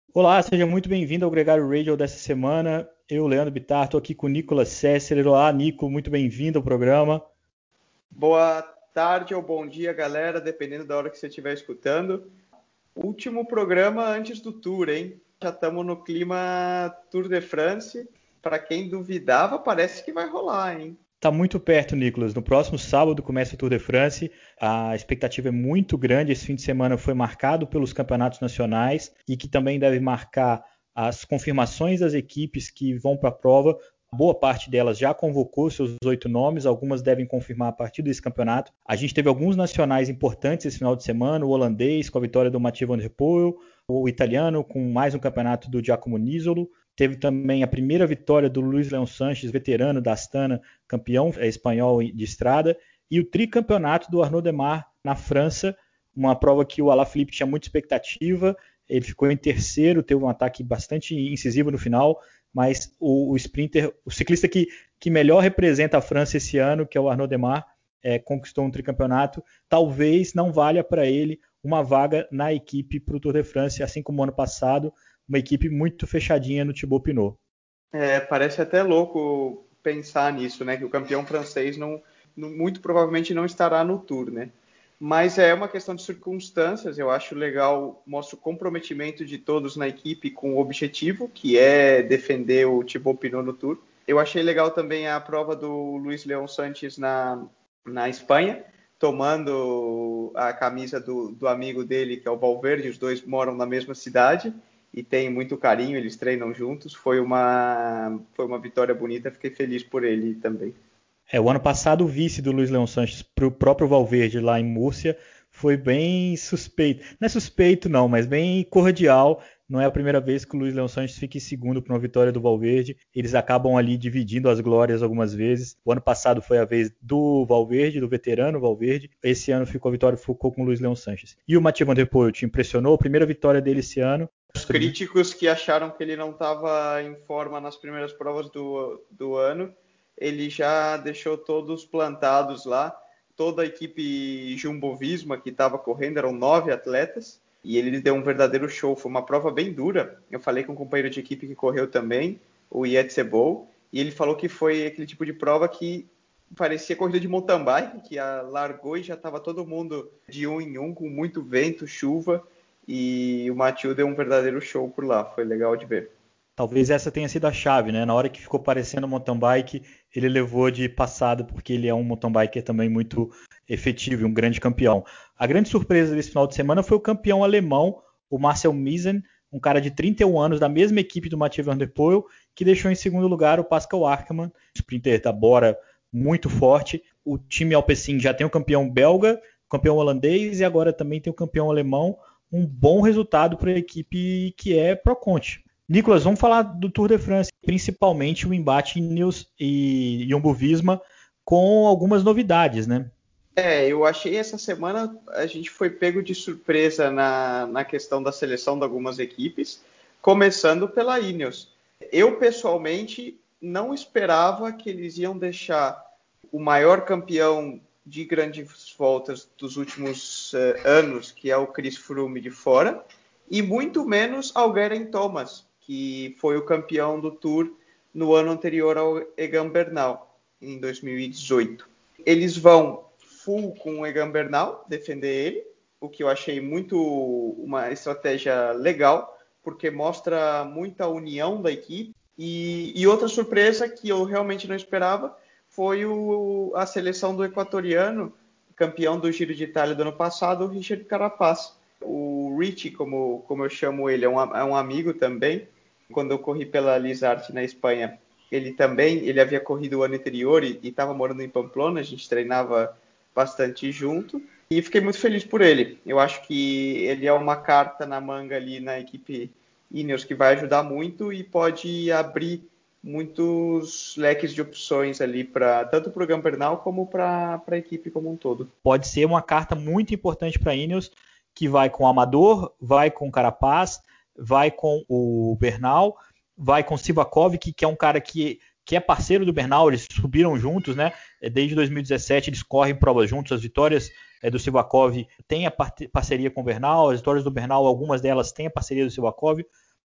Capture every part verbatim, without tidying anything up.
Olá, seja muito bem-vindo ao Gregário Radio dessa semana. Eu, Leandro Bittar, estou aqui com o Nicolas Sessler. Olá, Nico, muito bem-vindo ao programa. Boa tarde ou bom dia, galera, dependendo da hora que você estiver escutando. Último programa antes do Tour, hein? Já estamos no clima Tour de France. Para quem duvidava, parece que vai rolar, hein? Está muito perto, Nicolas. No próximo sábado começa o Tour de France. A expectativa é muito grande. Esse fim de semana foi marcado pelos campeonatos nacionais e que também deve marcar as confirmações das equipes que vão para a prova. Boa parte delas já convocou seus oito nomes, algumas devem confirmar a partir desse campeonato. A gente teve alguns nacionais importantes esse final de semana, o holandês com a vitória do Mathieu Van Der Poel, o italiano com mais um campeonato do Giacomo Nisolo. Teve também a primeira vitória do Luiz Leão Sanches, veterano da Astana, campeão espanhol de estrada, e o tricampeonato do Arnaud Démare na França, uma prova que o Alaphilippe tinha muita expectativa. Ele ficou em terceiro, teve um ataque bastante incisivo no final, mas o, o sprinter, o ciclista que, que melhor representa a França esse ano, que é o Arnaud Démare, é, conquistou um tricampeonato. Talvez não valha para ele uma vaga na equipe para o Tour de France, assim como ano passado, uma equipe muito fechadinha no Thibaut Pinot. É, parece até louco pensar nisso, né? Que o campeão francês não, não- muito provavelmente não estará no Tour, né? Mas é uma questão de circunstâncias. Eu acho legal, mostra o comprometimento de todos na equipe com o objetivo, que é defender o Thibaut Pinot no Tour. Eu achei legal também a prova do Luiz Leão Sanches na, na Espanha, tomando a camisa do, do amigo dele, que é o Valverde. Os dois moram na mesma cidade e tem muito carinho, eles treinam juntos. Foi uma, foi uma vitória bonita, fiquei feliz por ele também. É, o ano passado o vice do Luiz Leão Sanches para o próprio Valverde lá em Múrcia foi bem suspeito. Não é suspeito não, mas bem cordial. Não é a primeira vez que o Luiz Leão Sanches fica em segundo para uma vitória do Valverde. Eles acabam ali dividindo as glórias algumas vezes. O ano passado foi a vez do Valverde, do veterano Valverde. Esse ano ficou a vitória ficou com o Luiz Leão Sanches. E o Mathieu Van Der Poel te impressionou? A primeira vitória dele esse ano. Os críticos que acharam que ele não estava em forma nas primeiras provas do, do ano, ele já deixou todos plantados lá. Toda a equipe Jumbo-Visma que estava correndo, eram nove atletas, e ele deu um verdadeiro show. Foi uma prova bem dura. Eu falei com um companheiro de equipe que correu também, o Yetzebol, e ele falou que foi aquele tipo de prova que parecia corrida de mountain bike, que a largou e já estava todo mundo de um em um, com muito vento, chuva, e o Mathieu deu um verdadeiro show por lá, foi legal de ver. Talvez essa tenha sido a chave, né? Na hora que ficou parecendo um mountain bike, ele levou de passada, porque ele é um mountain biker também muito efetivo e um grande campeão. A grande surpresa desse final de semana foi o campeão alemão, o Marcel Misen, um cara de trinta e um anos, da mesma equipe do Mathieu Van Der Poel, que deixou em segundo lugar o Pascal Ackermann, sprinter da Bora muito forte. O time Alpecin já tem o campeão belga, o campeão holandês e agora também tem o campeão alemão. Um bom resultado para a equipe que é Pro Conti. Nicolas, vamos falar do Tour de France, principalmente o embate Ineos e Jumbo-Visma com algumas novidades, né? É, eu achei essa semana a gente foi pego de surpresa na, na questão da seleção de algumas equipes, começando pela Ineos. Eu, pessoalmente, não esperava que eles iam deixar o maior campeão de grandes voltas dos últimos uh, anos, que é o Chris Froome, de fora, e muito menos ao Geraint Thomas, que foi o campeão do Tour no ano anterior ao Egan Bernal, em dois mil e dezoito. Eles vão full com o Egan Bernal, defender ele, o que eu achei muito uma estratégia legal, porque mostra muita união da equipe. E, e outra surpresa que eu realmente não esperava foi o, a seleção do equatoriano, campeão do Giro de Itália do ano passado, o Richard Carapaz. O Richie, como, como eu chamo ele, é um, é um amigo também. Quando eu corri pela Lizarte na Espanha, ele também, ele havia corrido o ano anterior e estava morando em Pamplona, a gente treinava bastante junto, e fiquei muito feliz por ele. Eu acho que ele é uma carta na manga ali na equipe Ineos que vai ajudar muito e pode abrir muitos leques de opções ali para tanto para o Gambernal como para a equipe como um todo. Pode ser uma carta muito importante para a Ineos, que vai com o Amador, vai com o Carapaz, vai com o Bernal, vai com o Sivakov, que, que é um cara que, que é parceiro do Bernal, eles subiram juntos, né? Desde dois mil e dezessete eles correm provas juntos, as vitórias é, do Sivakov têm a parceria com o Bernal, as vitórias do Bernal, algumas delas têm a parceria do Sivakov.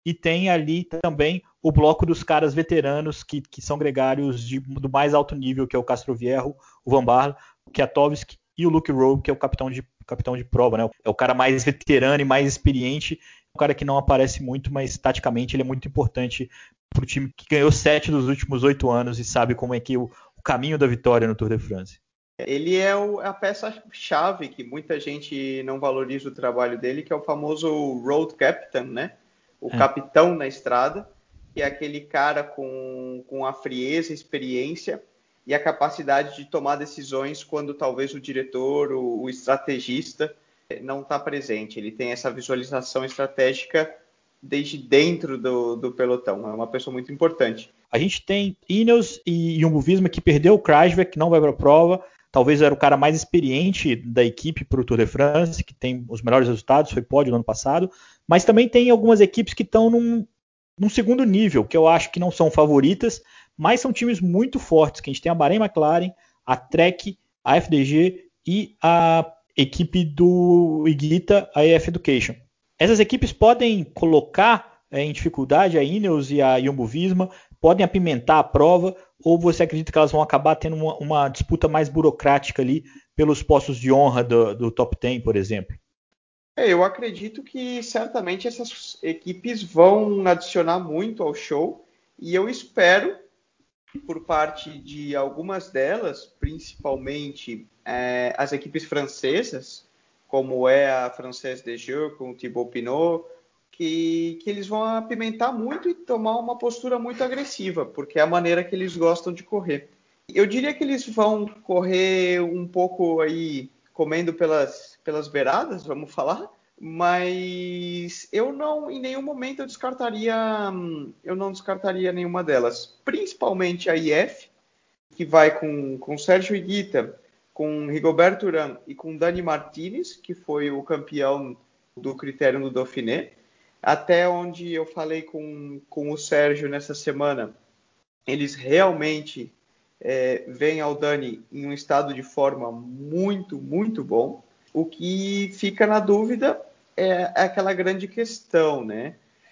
e tem ali também o bloco dos caras veteranos que, que são gregários de, do mais alto nível, que é o Castroviejo, o Van Baarle, o Kwiatkowski e o Luke Rowe, que é o capitão de, capitão de prova, né? É o cara mais veterano e mais experiente, um cara que não aparece muito, mas taticamente ele é muito importante para o time que ganhou sete dos últimos oito anos e sabe como é que o, o caminho da vitória no Tour de France. Ele é o, a peça-chave que muita gente não valoriza o trabalho dele, que é o famoso road captain, né? O é. capitão na estrada, que é aquele cara com, com a frieza, experiência e a capacidade de tomar decisões quando talvez o diretor, o, o estrategista não está presente. Ele tem essa visualização estratégica desde dentro do, do pelotão. É uma pessoa muito importante. A gente tem Ineos e Jumbo-Visma que perdeu o Kruijswijk, que não vai para a prova. Talvez era o cara mais experiente da equipe para o Tour de France, que tem os melhores resultados, foi pódio no ano passado. Mas também tem algumas equipes que estão num, num segundo nível, que eu acho que não são favoritas, mas são times muito fortes, que a gente tem a Bahrein McLaren, a Trek, a F D G e a equipe do Higuita, a E F Education. Essas equipes podem colocar é, em dificuldade a Ineos e a Jumbo-Visma, podem apimentar a prova, ou você acredita que elas vão acabar tendo uma, uma disputa mais burocrática ali pelos postos de honra do, do top dez, por exemplo? É, eu acredito que certamente essas equipes vão adicionar muito ao show, e eu espero, por parte de algumas delas, principalmente é, as equipes francesas, como é a Française des Jeux, com o Thibaut Pinot, que, que eles vão apimentar muito e tomar uma postura muito agressiva, porque é a maneira que eles gostam de correr. Eu diria que eles vão correr um pouco aí, comendo pelas, pelas beiradas, vamos falar, mas eu não, em nenhum momento eu descartaria, eu não descartaria nenhuma delas, principalmente a I F, que vai com, com Sérgio Higuita, com Rigoberto Urán e com Dani Martínez, que foi o campeão do critério no Dauphiné. Até onde eu falei com, com o Sérgio nessa semana, eles realmente é, veem ao Dani em um estado de forma muito, muito bom. O que fica na dúvida é aquela grande questão, né?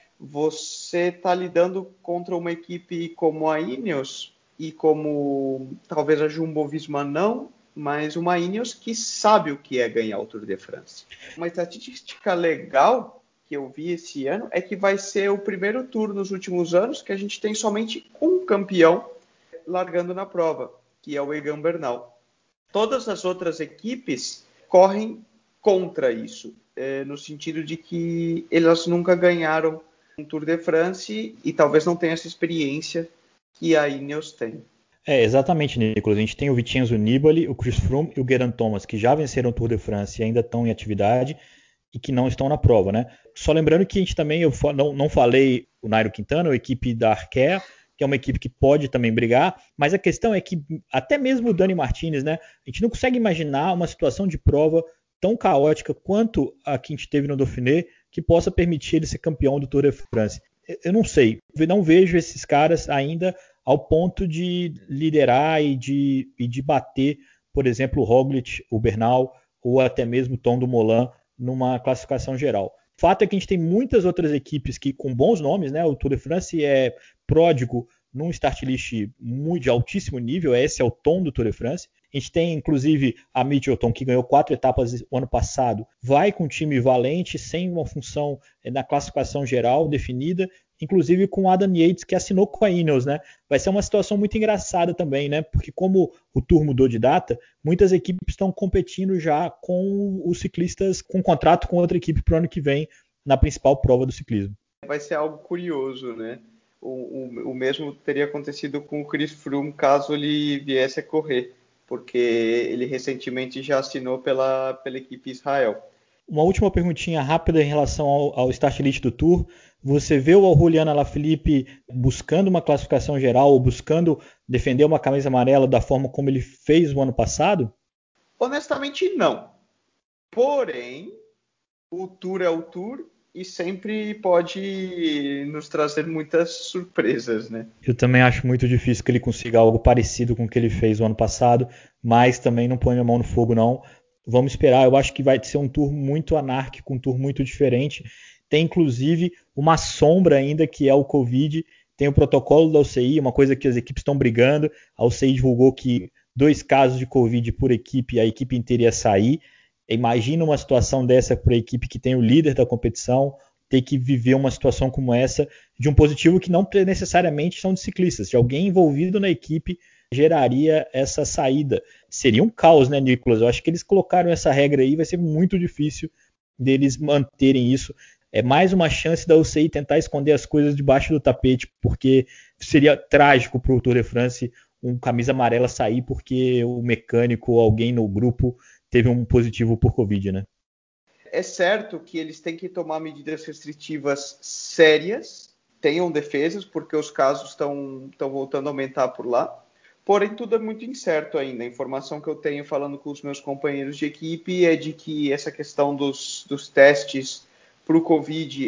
Você está lidando contra uma equipe como a Ineos e como talvez a Jumbo-Visma não, mas uma Ineos que sabe o que é ganhar o Tour de France. Uma estatística legal que eu vi esse ano é que vai ser o primeiro Tour nos últimos anos que a gente tem somente um campeão largando na prova, que é o Egan Bernal. Todas as outras equipes correm contra isso, é, no sentido de que elas nunca ganharam um Tour de France e talvez não tenha essa experiência que a Ineos tem. É, exatamente, Nicolas. A gente tem o Vincenzo Nibali, o Chris Froome e o Geraint Thomas, que já venceram o Tour de France e ainda estão em atividade e que não estão na prova, né? Só lembrando que a gente também, eu não, não falei o Nairo Quintana, a equipe da Arkea, que é uma equipe que pode também brigar, mas a questão é que até mesmo o Dani Martínez, né? A gente não consegue imaginar uma situação de prova tão caótica quanto a que a gente teve no Dauphiné, que possa permitir ele ser campeão do Tour de France. Eu não sei, eu não vejo esses caras ainda ao ponto de liderar e de, e de bater, por exemplo, o Roglic, o Bernal ou até mesmo o Tom Dumoulin numa classificação geral. O fato é que a gente tem muitas outras equipes que com bons nomes, né? O Tour de France é pródigo num start list muito de altíssimo nível, esse é o tom do Tour de France. A gente tem, inclusive, a Mitchelton, que ganhou quatro etapas o ano passado, vai com um time valente, sem uma função na classificação geral definida, inclusive com o Adam Yates, que assinou com a Ineos, né? Vai ser uma situação muito engraçada também, né? Porque como o Tour mudou de data, muitas equipes estão competindo já com os ciclistas com contrato com outra equipe para o ano que vem, na principal prova do ciclismo. Vai ser algo curioso, né? O, o, o mesmo teria acontecido com o Chris Froome caso ele viesse a correr, porque ele recentemente já assinou pela, pela equipe Israel. Uma última perguntinha rápida em relação ao, ao start list do Tour. Você vê o Julian Alaphilippe buscando uma classificação geral ou buscando defender uma camisa amarela da forma como ele fez no ano passado? Honestamente, não. Porém, o Tour é o Tour e sempre pode nos trazer muitas surpresas, né? Eu também acho muito difícil que ele consiga algo parecido com o que ele fez no ano passado, mas também não põe a mão no fogo, não. Vamos esperar, eu acho que vai ser um tour muito anárquico, um tour muito diferente. Tem inclusive uma sombra ainda que é o Covid. Tem o protocolo da U C I, uma coisa que as equipes estão brigando. A U C I divulgou que dois casos de Covid por equipe, a equipe inteira ia sair. Imagina uma situação dessa para a equipe que tem o líder da competição, ter que viver uma situação como essa de um positivo que não necessariamente são de ciclistas, de alguém envolvido na equipe geraria essa saída. Seria um caos, né, Nicolas? Eu acho que eles colocaram essa regra aí, vai ser muito difícil deles manterem isso. É mais uma chance da U C I tentar esconder as coisas debaixo do tapete, porque seria trágico para o Tour de France um camisa amarela sair porque o mecânico ou alguém no grupo teve um positivo por Covid, né? É certo que eles têm que tomar medidas restritivas sérias, tenham defesas, porque os casos estão voltando a aumentar por lá. Porém, tudo é muito incerto ainda. A informação que eu tenho falando com os meus companheiros de equipe é de que essa questão dos, dos testes para o Covid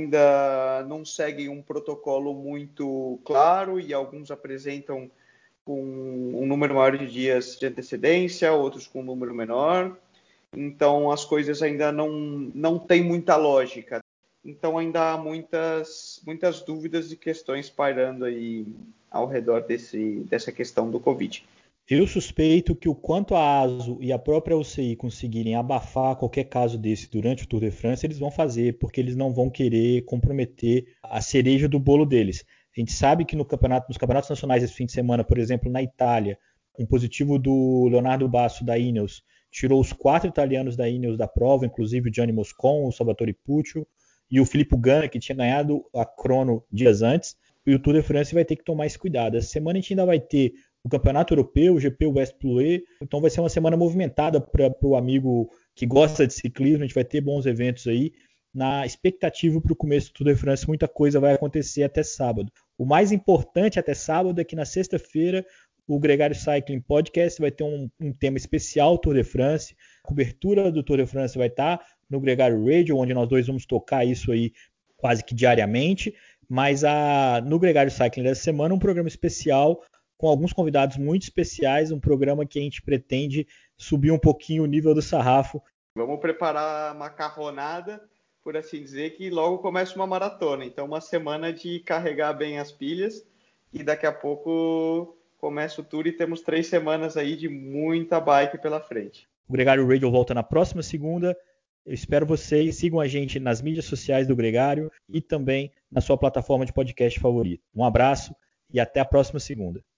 ainda não seguem um protocolo muito claro e alguns apresentam com um número maior de dias de antecedência, outros com um número menor. Então, as coisas ainda não, não têm muita lógica. Então, ainda há muitas, muitas dúvidas e questões pairando aí ao redor desse, dessa questão do Covid. Eu suspeito que o quanto a ASO e a própria U C I conseguirem abafar qualquer caso desse durante o Tour de France, eles vão fazer, porque eles não vão querer comprometer a cereja do bolo deles. A gente sabe que no campeonato, nos campeonatos nacionais esse fim de semana, por exemplo, na Itália, um positivo do Leonardo Basso da Ineos tirou os quatro italianos da Ineos da prova, inclusive o Gianni Moscon, o Salvatore Puccio e o Filippo Ganna, que tinha ganhado a crono dias antes. E o Tour de France vai ter que tomar esse cuidado. Essa semana a gente ainda vai ter o Campeonato Europeu, o G P West Plouet, então vai ser uma semana movimentada para o amigo que gosta de ciclismo, a gente vai ter bons eventos aí. Na expectativa para o começo do Tour de France, muita coisa vai acontecer até sábado. O mais importante até sábado é que na sexta-feira o Gregário Cycling Podcast vai ter um, um tema especial Tour de France. A cobertura do Tour de France vai estar no Gregário Radio, onde nós dois vamos tocar isso aí quase que diariamente. Mas a, no Gregário Cycling dessa semana, um programa especial com alguns convidados muito especiais, um programa que a gente pretende subir um pouquinho o nível do sarrafo. Vamos preparar a macarronada, por assim dizer, que logo começa uma maratona. Então, uma semana de carregar bem as pilhas e daqui a pouco começa o Tour e temos três semanas aí de muita bike pela frente. O Gregário Radio volta na próxima segunda. Eu espero vocês, sigam a gente nas mídias sociais do Gregário e também na sua plataforma de podcast favorita. Um abraço e até a próxima segunda.